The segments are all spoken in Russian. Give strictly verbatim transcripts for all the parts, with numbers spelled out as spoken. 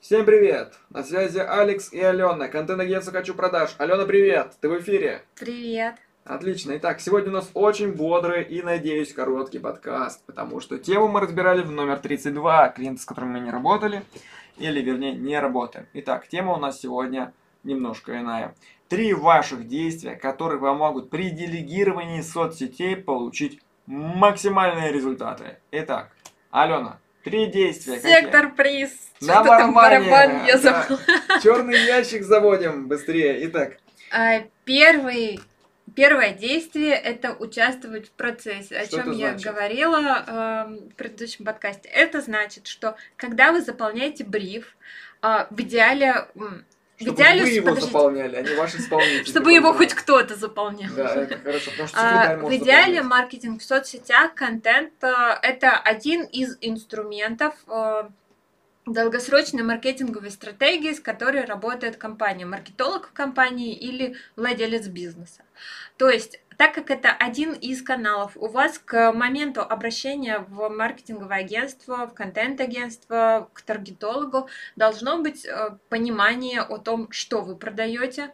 Всем привет! На связи Алекс и Алена, контент-агентство «Хочу продаж». Алена, привет! Ты в эфире? Привет! Отлично. Итак, сегодня у нас очень бодрый и, надеюсь, короткий подкаст, потому что тему мы разбирали в номер тридцать два, клиенты, с которыми мы не работали, или, вернее, не работаем. Итак, тема у нас сегодня немножко иная. Три ваших действия, которые помогут при делегировании соцсетей получить максимальные результаты. Итак, Алена, три действия. Сектор какие? приз. На Что-то там барабан я да. забыла. Черный ящик заводим быстрее. Итак. А, Первый, первое действие – это участвовать в процессе, о Что чем это я значит? говорила э, в предыдущем подкасте. Это значит, что когда вы заполняете бриф, э, в идеале… м, В Чтобы идеале, вы его подождите. заполняли, а не ваш исполнитель. Чтобы его хоть кто-то заполнял. Да, это хорошо, потому что А, секретарь В может идеале заполнять. маркетинг в соцсетях, контент э, это один из инструментов э, долгосрочной маркетинговой стратегии, с которой работает компания, маркетолог в компании или владелец бизнеса. То есть, так как это один из каналов, у вас к моменту обращения в маркетинговое агентство, в контент-агентство, к таргетологу должно быть э, понимание о том, что вы продаете,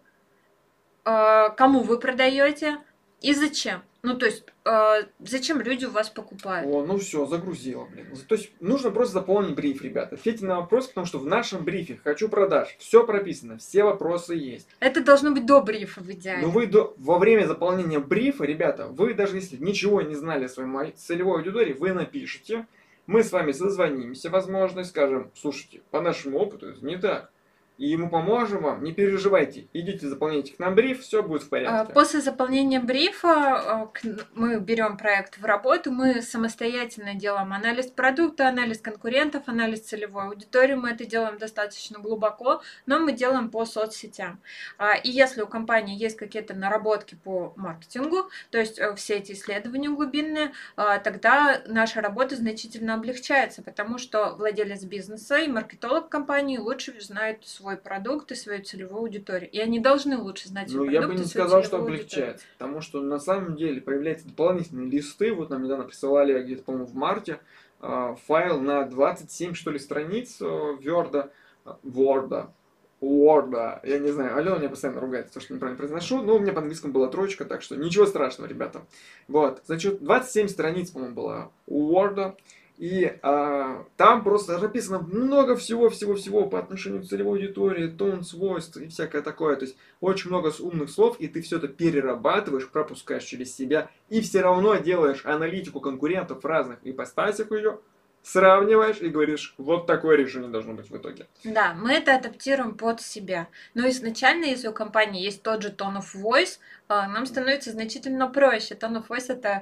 э, кому вы продаете и зачем. Ну, то есть, э, зачем люди у вас покупают. О, ну все, загрузила, блин. То есть нужно просто заполнить бриф, ребята. Ответьте на вопрос, потому что в нашем брифе «Хочу продаж» все прописано, все вопросы есть. Это должно быть до брифа в идеале. Но вы до, во время заполнения брифа, ребята, вы даже если ничего не знали о своей целевой аудитории, вы напишите, мы с вами созвонимся, возможно, и скажем: слушайте, по нашему опыту это не так. И мы поможем вам, не переживайте, идите заполняйте к нам бриф, все будет в порядке. После заполнения брифа мы берем проект в работу, мы самостоятельно делаем анализ продукта, анализ конкурентов, анализ целевой аудитории. Мы это делаем достаточно глубоко, но мы делаем по соцсетям. И если у компании есть какие-то наработки по маркетингу, то есть все эти исследования глубинные, тогда наша работа значительно облегчается, потому что владелец бизнеса и маркетолог компании лучше знают свой продукт и свою целевую аудиторию. И они должны лучше знать свой Ну, продукт. я бы не и свою сказал, что целевую облегчается, аудиторию. потому что на самом деле появляются дополнительные листы. Вот нам недавно присылали, где-то, по-моему, в марте, э, файл на двадцать семь, что ли, страниц э, Word, Word, Word, я не знаю, Алена меня постоянно ругает за то, что неправильно произношу, но у меня по-английскому была троечка, так что ничего страшного, ребята. Вот, значит, двадцать семь страниц, по-моему, было у Word. И а, там просто написано много всего-всего-всего по отношению к целевой аудитории, тон, свойств и всякое такое. То есть очень много умных слов, и ты все это перерабатываешь, пропускаешь через себя, и все равно делаешь аналитику конкурентов в разных ипостасях ее, сравниваешь и говоришь: вот такое решение должно быть в итоге. Да, мы это адаптируем под себя. Но изначально, если у компании есть тот же tone of voice, нам становится значительно проще. Tone of voice — это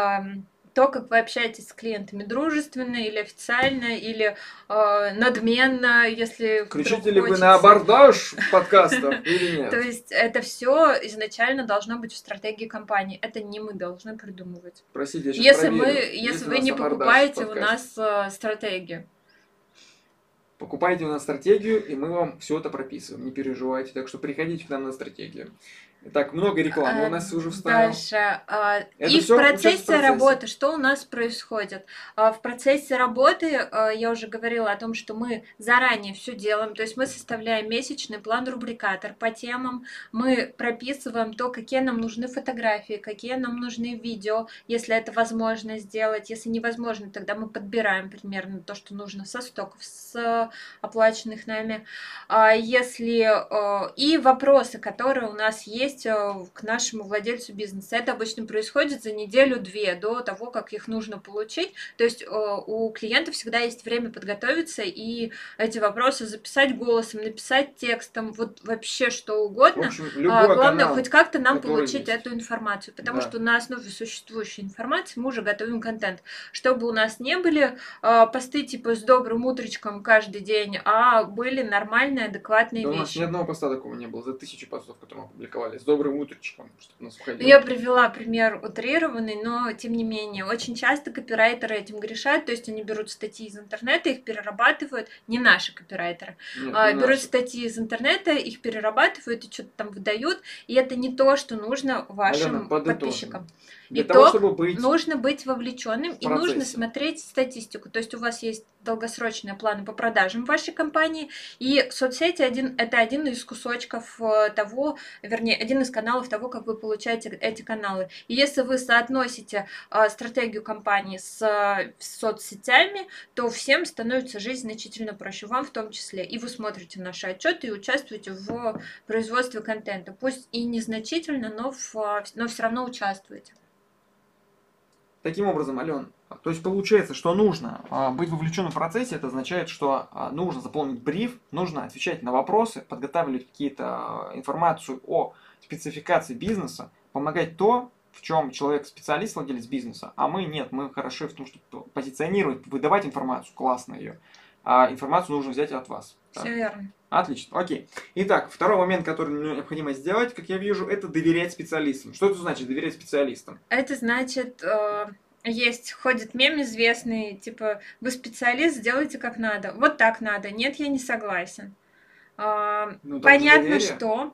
то, как вы общаетесь с клиентами, дружественно или официально, или э, надменно, если Кричите ли вы хочется. на абордаж подкастов или нет? То есть это все изначально должно быть в стратегии компании. Это не мы должны придумывать. Простите, я сейчас Если проверю, мы, есть если у вы нас не абордаж в покупаете у подкасте. нас э, стратегию. Покупайте у нас стратегию, и мы вам все это прописываем. Не переживайте. Так что приходите к нам на стратегию. Так, много рекламы у нас уже вставил. Дальше. а, Это И в всё участвует в процессе процессе. работы, что у нас происходит? А, В процессе работы а, я уже говорила о том, что мы заранее все делаем, то есть мы составляем месячный план-рубрикатор по темам, мы прописываем то, какие нам нужны фотографии, какие нам нужны видео, если это возможно сделать. Если невозможно, тогда мы подбираем примерно то, что нужно со стоков, с оплаченных нами. А Если а, и вопросы, которые у нас есть к нашему владельцу бизнеса. Это обычно происходит за неделю-две до того, как их нужно получить. То есть у клиента всегда есть время подготовиться и эти вопросы записать голосом, написать текстом, вот вообще что угодно. В общем, любой Главное, канал, хоть как-то нам который получить есть. эту информацию, потому Да. что на основе существующей информации мы уже готовим контент, чтобы у нас не были э, посты типа с добрым утречком каждый день, а были нормальные, адекватные Да у вещи. нас ни одного поста такого не было за тысячу постов, которые мы опубликовали. С добрым утречком, чтобы у нас входило. Я привела пример утрированный, но тем не менее, очень часто копирайтеры этим грешат, то есть они берут статьи из интернета, их перерабатывают, не наши копирайтеры, Нет, а, не берут наши. статьи из интернета, их перерабатывают и что-то там выдают, и это не то, что нужно вашим Алена, подытожим. подписчикам. Для того, Итог, чтобы быть нужно быть вовлеченным в и нужно процессе. смотреть статистику. То есть у вас есть долгосрочные планы по продажам в вашей компании, и соцсети один, это один из кусочков э, того, вернее, один из каналов того, как вы получаете эти каналы. И если вы соотносите э, стратегию компании с, э, с соцсетями, то всем становится жизнь значительно проще, вам в том числе. И вы смотрите наши отчеты и участвуете в производстве контента. Пусть и незначительно, но, в, но все равно участвуете. Таким образом, Ален, то есть получается, что нужно а, быть вовлеченным в процессе, это означает, что а, нужно заполнить бриф, нужно отвечать на вопросы, подготавливать какие-то а, информацию о спецификации бизнеса, помогать то, в чем человек специалист, владелец бизнеса, а мы нет, мы хороши в том, чтобы позиционировать, выдавать информацию, классно ее, а информацию нужно взять от вас. Все так? Верно. Отлично, окей. Итак, второй момент, который необходимо сделать, как я вижу, это доверять специалистам. Что это значит, доверять специалистам? Это значит, э, есть, ходит мем известный, типа, вы специалист, сделайте как надо. Вот так надо. Нет, я не согласен. Э, ну, понятно, что...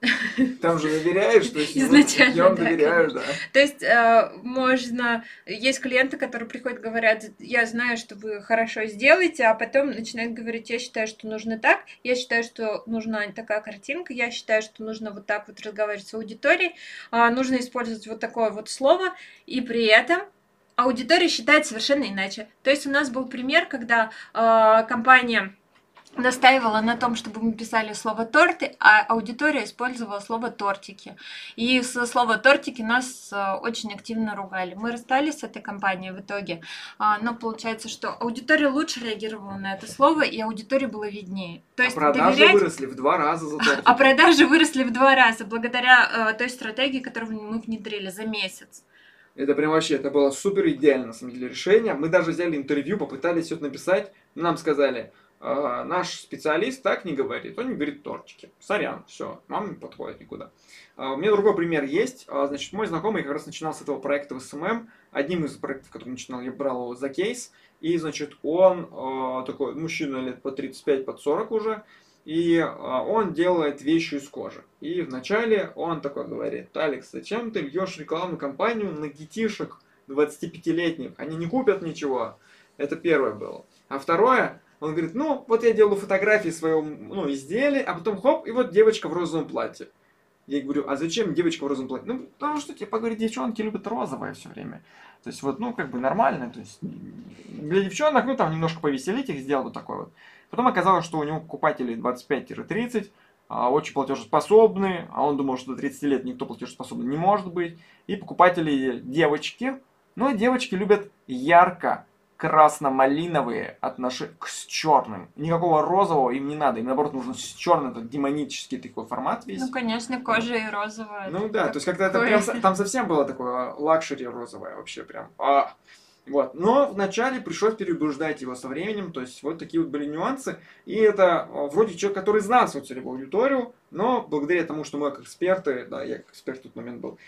Там же доверяешь, то есть изначально, я вам да, доверяю, конечно. Да. То есть э, можно, есть клиенты, которые приходят, говорят, я знаю, что вы хорошо сделаете, а потом начинают говорить, я считаю, что нужно так, я считаю, что нужна такая картинка, я считаю, что нужно вот так вот разговаривать с аудиторией, э, нужно использовать вот такое вот слово, и при этом аудитория считает совершенно иначе. То есть у нас был пример, когда э, компания настаивала на том, чтобы мы писали слово торты, а аудитория использовала слово тортики. И со слова тортики нас очень активно ругали. Мы расстались с этой компанией в итоге, но получается, что аудитория лучше реагировала на это слово, и аудитории было виднее. То есть а продажи доверять... выросли в два раза за тортики. А продажи выросли в два раза благодаря той стратегии, которую мы внедрили за месяц. Это прям вообще, это было супер идеально, на самом деле, решение. Мы даже взяли интервью, попытались все это написать, нам сказали... Uh, наш специалист так не говорит, он не говорит тортики. Сорян, все, вам не подходит никуда. Uh, у меня другой пример есть. Uh, значит, мой знакомый как раз начинал с этого проекта в эс эм эм. Одним из проектов, который начинал, я брал его за кейс. И, значит, он uh, такой мужчина лет по тридцать пять, под сорок уже. И uh, он делает вещи из кожи. И вначале он такой говорит: Алекс, зачем ты льешь рекламную кампанию на детишек двадцатипятилетних? Они не купят ничего. Это первое было. А второе... Он говорит, ну, вот я делаю фотографии своего ну, изделия, а потом хоп, и вот девочка в розовом платье. Я говорю, а зачем девочка в розовом платье? Ну, потому что, типа, говорит, девчонки любят розовое все время. То есть, вот, ну, как бы нормально. То есть, для девчонок, ну, там, немножко повеселить их, сделал вот такой вот. Потом оказалось, что у него покупателей двадцать пять - тридцать, очень платежеспособные, а он думал, что до тридцати лет никто платежеспособный не может быть. И покупатели девочки, но девочки любят ярко красно-малиновые отношения с черным. Никакого розового им не надо. Им, наоборот, нужно с черным, этот демонический такой формат весь. Ну, конечно, кожа и розовая. Ну да, то есть когда это прям, там совсем было такое лакшери розовое вообще прям. А, вот. Но вначале пришлось переубеждать его со временем, то есть вот такие вот были нюансы. И это вроде человек, который знал свою целевую аудиторию, но благодаря тому, что мы как эксперты, да, я как эксперт в тот момент был,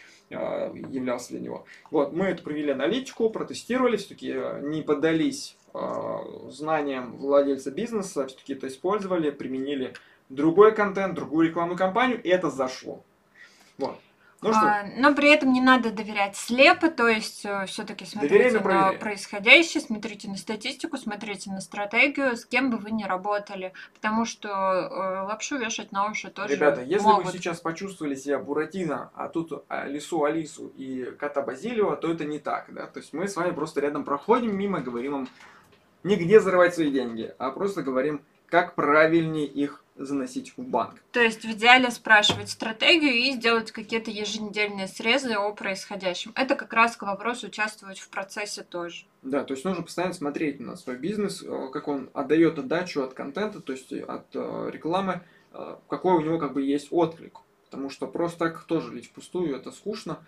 являлся для него. Вот, мы это провели аналитику, протестировали, все-таки не поддались э, знаниям владельца бизнеса, все-таки это использовали, применили другой контент, другую рекламную кампанию, и это зашло. Вот. Ну, а, но при этом не надо доверять слепо, то есть все-таки смотрите на проверяй. происходящее, смотрите на статистику, смотрите на стратегию, с кем бы вы ни работали, потому что э, лапшу вешать на уши тоже Ребята, если могут. вы сейчас почувствовали себя Буратино, а тут Лису Алису и кота Базилио, то это не так, да, то есть мы с вами просто рядом проходим мимо, говорим им не где зарывать свои деньги, а просто говорим, как правильнее их заносить в банк. То есть в идеале спрашивать стратегию и сделать какие-то еженедельные срезы о происходящем. Это как раз к вопросу участвовать в процессе тоже. Да, то есть нужно постоянно смотреть на свой бизнес, как он отдает отдачу от контента, то есть от рекламы, какой у него как бы есть отклик. Потому что просто так тоже лить впустую, это скучно.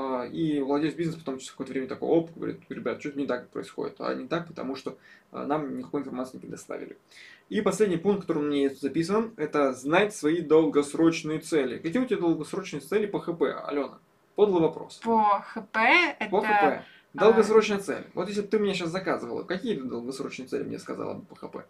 И владелец бизнеса потом через какое-то время такой, оп, говорит, ребят, что-то не так происходит. А не так, потому что нам никакой информации не предоставили. И последний пункт, который у меня есть записан, это знать свои долгосрочные цели. Какие у тебя долгосрочные цели по ХП, Алена? Подлый вопрос. По ХП это... По ХП. Долгосрочная цель. Вот если бы ты меня сейчас заказывала, какие ты долгосрочные цели мне сказала бы по ХП?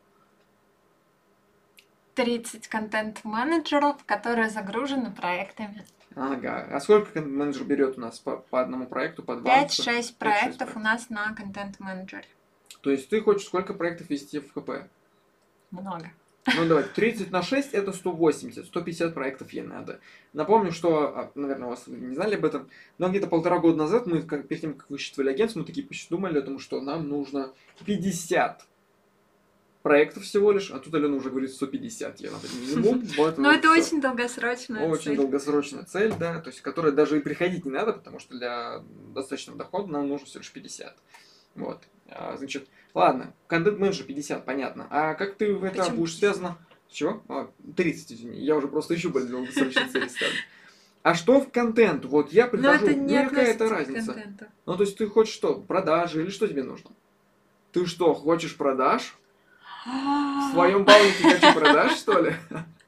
тридцать контент-менеджеров, которые загружены проектами. Ага. А сколько контент-менеджер берет у нас по, по одному проекту, по два? пять-шесть проектов у нас на контент-менеджере. То есть ты хочешь сколько проектов вести в КП? Много. Ну давай, тридцать на шесть это сто восемьдесят, сто пятьдесят проектов ей надо. Напомню, что, наверное, у вас вы не знали об этом, но где-то полтора года назад мы, как, перед тем, как высчитывали агентство, мы такие думали о том, что нам нужно пятьдесят проектов всего лишь, а тут Алена уже говорит сто пятьдесят, я надо минимум. Но это очень долгосрочная цель. Очень долгосрочная цель, да, то есть, которая даже и приходить не надо, потому что для достаточного дохода нам нужно всего лишь пятьдесят. Вот, значит, ладно, контент-менеджер пятьдесят, понятно. А как ты в это будешь связано? Чего? А, тридцать, извини, я уже просто еще более долгосрочные цели ставлю. А что в контент? Вот я прихожу, это не ну какая это разница? Ну то есть ты хочешь что, продажи или что тебе нужно? Ты что, хочешь продаж? В своем баунти хочу продаж, что ли?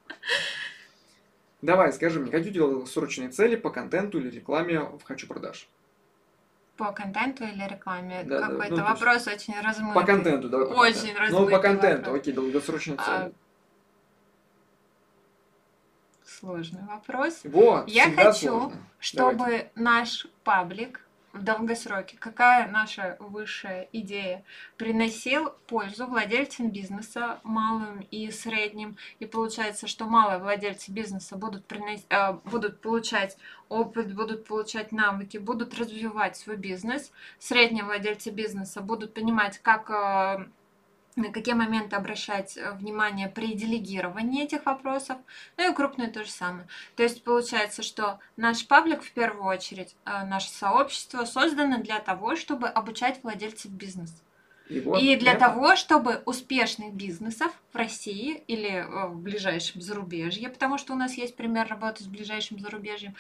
Давай, скажи мне, какие долгосрочные цели по контенту или рекламе в «Хочу продаж»? По контенту или рекламе? Да, Какой-то да, ну, вопрос очень размытый. По контенту, давай. По очень контенту. размытый. Ну, по контенту, вопрос. окей, долгосрочные цели. А... Сложный вопрос. Вот, Я хочу, сложно. чтобы Давайте. Наш паблик в долгосроке, какая наша высшая идея, приносил пользу владельцам бизнеса, малым и средним. И получается, что малые владельцы бизнеса будут, приносить, э, будут получать опыт, будут получать навыки, будут развивать свой бизнес. Средние владельцы бизнеса будут понимать, как... Э, на какие моменты обращать внимание при делегировании этих вопросов, ну и крупные то же самое. То есть получается, что наш паблик, в первую очередь, наше сообщество создано для того, чтобы обучать владельцев бизнеса. И, вот и для это... того, чтобы успешных бизнесов в России или в ближайшем зарубежье, потому что у нас есть пример работы с ближайшим зарубежьем,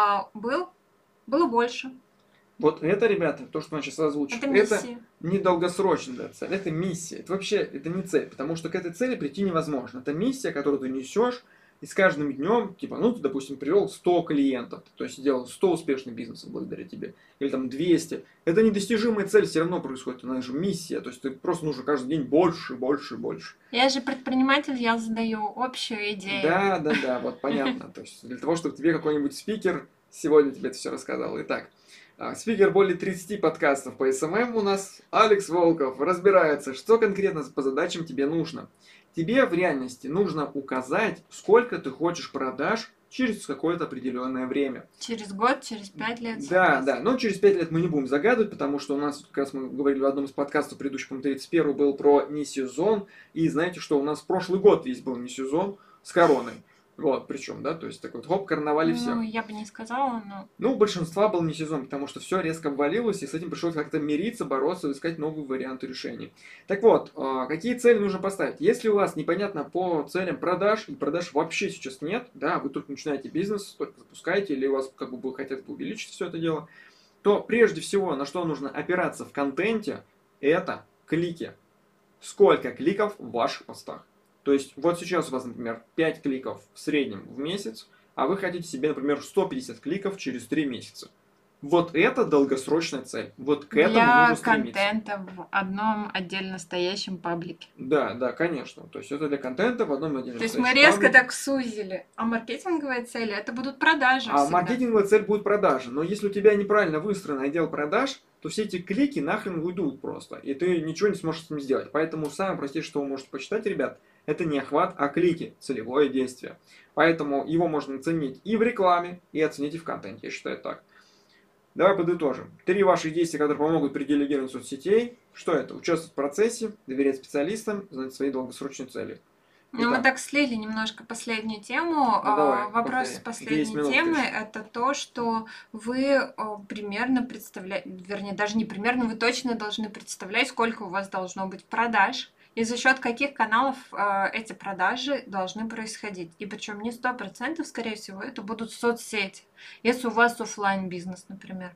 был, было больше. Вот это, ребята, то, что мы сейчас озвучили, это, это не долгосрочная цель, это миссия. Это вообще это не цель, потому что к этой цели прийти невозможно. Это миссия, которую ты несешь, и с каждым днем, типа, ну, ты, допустим, привел сто клиентов, то есть сделал сто успешных бизнесов благодаря тебе, или там двести. Это недостижимая цель все равно происходит, она же миссия, то есть ты просто нужно каждый день больше, больше, больше. Я же предприниматель, я задаю общую идею. Да, да, да, вот понятно. То есть для того, чтобы тебе какой-нибудь спикер сегодня тебе это все рассказал. Итак, спикер более тридцати подкастов по эс эм эм у нас, Алекс Волков, разбирается, что конкретно по задачам тебе нужно. Тебе в реальности нужно указать, сколько ты хочешь продаж через какое-то определенное время. Через год, через пять лет? Да, да, но через пять лет мы не будем загадывать, потому что у нас, как раз мы говорили в одном из подкастов, предыдущем, тридцать первый, был про не сезон, и знаете, что у нас прошлый год весь был не сезон с короной. Вот, причем, да, то есть такой вот хоп, карнавали все. Ну, я бы не сказала, но... Ну, у большинства был не сезон, потому что все резко обвалилось, и с этим пришлось как-то мириться, бороться, искать новые варианты решений. Так вот, какие цели нужно поставить? Если у вас непонятно по целям продаж, и продаж вообще сейчас нет, да, вы только начинаете бизнес, только запускаете, или у вас как бы вы хотите увеличить все это дело, то прежде всего, на что нужно опираться в контенте, это клики. Сколько кликов в ваших постах? То есть, вот сейчас у вас, например, пять кликов в среднем в месяц, а вы хотите себе, например, сто пятьдесят кликов через три месяца. Вот это долгосрочная цель. Вот к этому для нужно стремиться. Для контента в одном отдельно стоящем паблике. Да, да, конечно. То есть, это для контента в одном отдельно стоящем паблике. То есть, мы резко так сузили. А маркетинговые цели, это будут продажи А всегда. маркетинговая цель будет продажи. Но если у тебя неправильно выстроен отдел продаж, то все эти клики нахрен уйдут просто. И ты ничего не сможешь с ним сделать. Поэтому самое простейшее, что вы можете почитать, ребят, это не охват, а клики, целевое действие. Поэтому его можно оценить и в рекламе, и оценить и в контенте. Я считаю так. Давай подытожим. Три ваших действия, которые помогут при делегировании соцсетей. Что это? Участвовать в процессе, доверять специалистам, знать свои долгосрочные цели. Ну, мы так слили немножко последнюю тему. Ну, давай, Вопрос с последней темы – это то, что вы примерно представляете, вернее, даже не примерно, вы точно должны представлять, сколько у вас должно быть продаж, и за счет каких каналов э, эти продажи должны происходить. И причем не сто процентов, скорее всего, это будут соцсети, если у вас офлайн бизнес, например.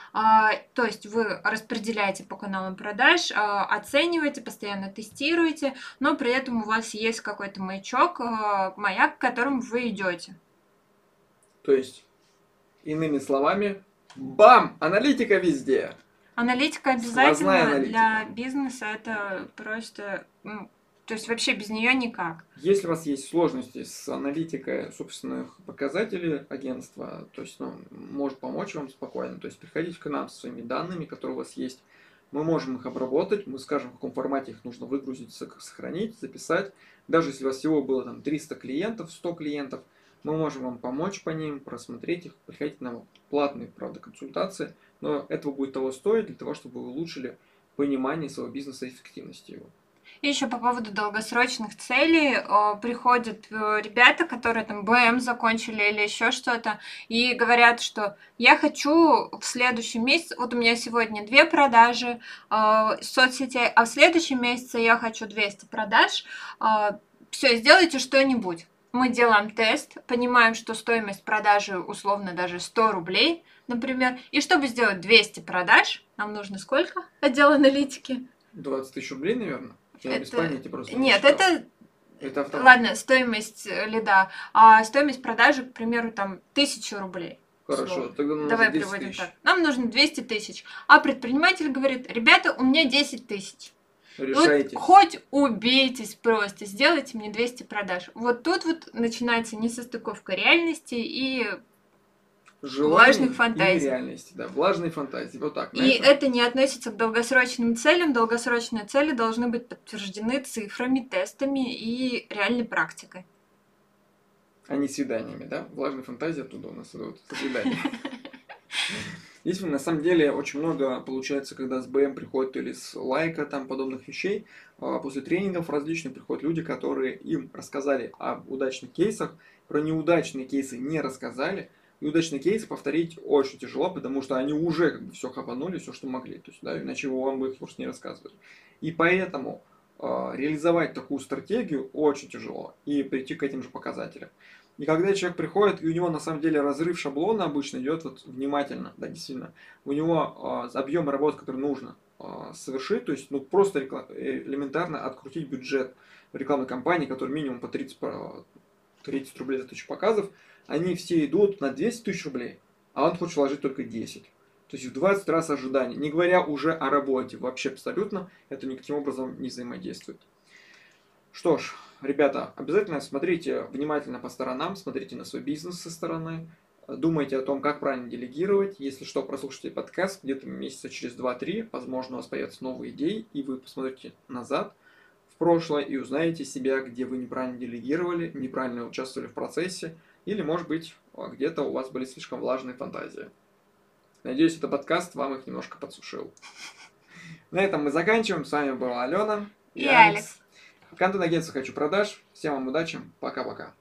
А, то есть вы распределяете по каналам продаж, а, оцениваете, постоянно тестируете, но при этом у вас есть какой-то маячок, а, маяк, к которому вы идете. То есть, иными словами, бам! Аналитика везде! Аналитика обязательно аналитика. Для бизнеса, это просто, ну, то есть вообще без нее никак. Если у вас есть сложности с аналитикой собственных показателей агентства, то есть, ну, может помочь вам спокойно, то есть приходите к нам со своими данными, которые у вас есть, мы можем их обработать, мы скажем, в каком формате их нужно выгрузить, сохранить, записать. Даже если у вас всего было там триста клиентов, сто клиентов, мы можем вам помочь по ним, просмотреть их, приходите на платные, правда, консультации, но этого будет того стоить для того, чтобы вы улучшили понимание своего бизнеса и эффективности его. И еще по поводу долгосрочных целей, э, приходят э, ребята, которые там бэ эм закончили или еще что-то, и говорят, что я хочу в следующем месяце, вот у меня сегодня две продажи э, соцсетей, а в следующем месяце я хочу двести продаж, э, все, сделайте что-нибудь. Мы делаем тест, понимаем, что стоимость продажи условно даже сто рублей, например, и чтобы сделать двести продаж, нам нужно сколько? Отдел аналитики? двадцать тысяч рублей, наверное? Я Это... без понятия просто. Нет, это... это автомат. Ладно, стоимость лида. А стоимость продажи, к примеру, там тысяча рублей. Хорошо, Слово. тогда нам Давай нужно десять приводим тысяч. так. Нам нужно двести тысяч. А предприниматель говорит, ребята, у меня десять тысяч. Решайте. Вот хоть убейтесь просто, сделайте мне двести продаж. Вот тут вот начинается несостыковка реальности и Желаний влажных фантазий. И реальности, да, влажной фантазии. Вот так. И это... это не относится к долгосрочным целям. Долгосрочные цели должны быть подтверждены цифрами, тестами и реальной практикой. А не свиданиями, да? Влажные фантазии оттуда у нас идут свидания. Здесь на самом деле очень много получается, когда с бэ эм приходят или с лайка, там подобных вещей. После тренингов различных приходят люди, которые им рассказали об удачных кейсах, про неудачные кейсы не рассказали. Неудачные кейсы повторить очень тяжело, потому что они уже как бы все хапанули, все, что могли. То есть, да, иначе вам бы их просто не рассказывали. И поэтому э, реализовать такую стратегию очень тяжело и прийти к этим же показателям. И когда человек приходит, и у него на самом деле разрыв шаблона обычно идет вот внимательно, да, действительно. У него э, объем работы, который нужно э, совершить, то есть ну, просто реклам... элементарно открутить бюджет рекламной кампании, который минимум по тридцать, тридцать рублей за тысячу показов, они все идут на двести тысяч рублей, а он хочет вложить только десять. То есть в двадцать раз ожидание, не говоря уже о работе, вообще абсолютно это никаким образом не взаимодействует. Что ж, ребята, обязательно смотрите внимательно по сторонам, смотрите на свой бизнес со стороны, думайте о том, как правильно делегировать. Если что, прослушайте подкаст где-то месяца через два-три, возможно, у вас появятся новые идеи, и вы посмотрите назад в прошлое и узнаете себя, где вы неправильно делегировали, неправильно участвовали в процессе, или, может быть, где-то у вас были слишком влажные фантазии. Надеюсь, этот подкаст вам их немножко подсушил. На этом мы заканчиваем. С вами была Алена и Алекс. Контент-агентство «Хочу продаж». Всем вам удачи. Пока-пока.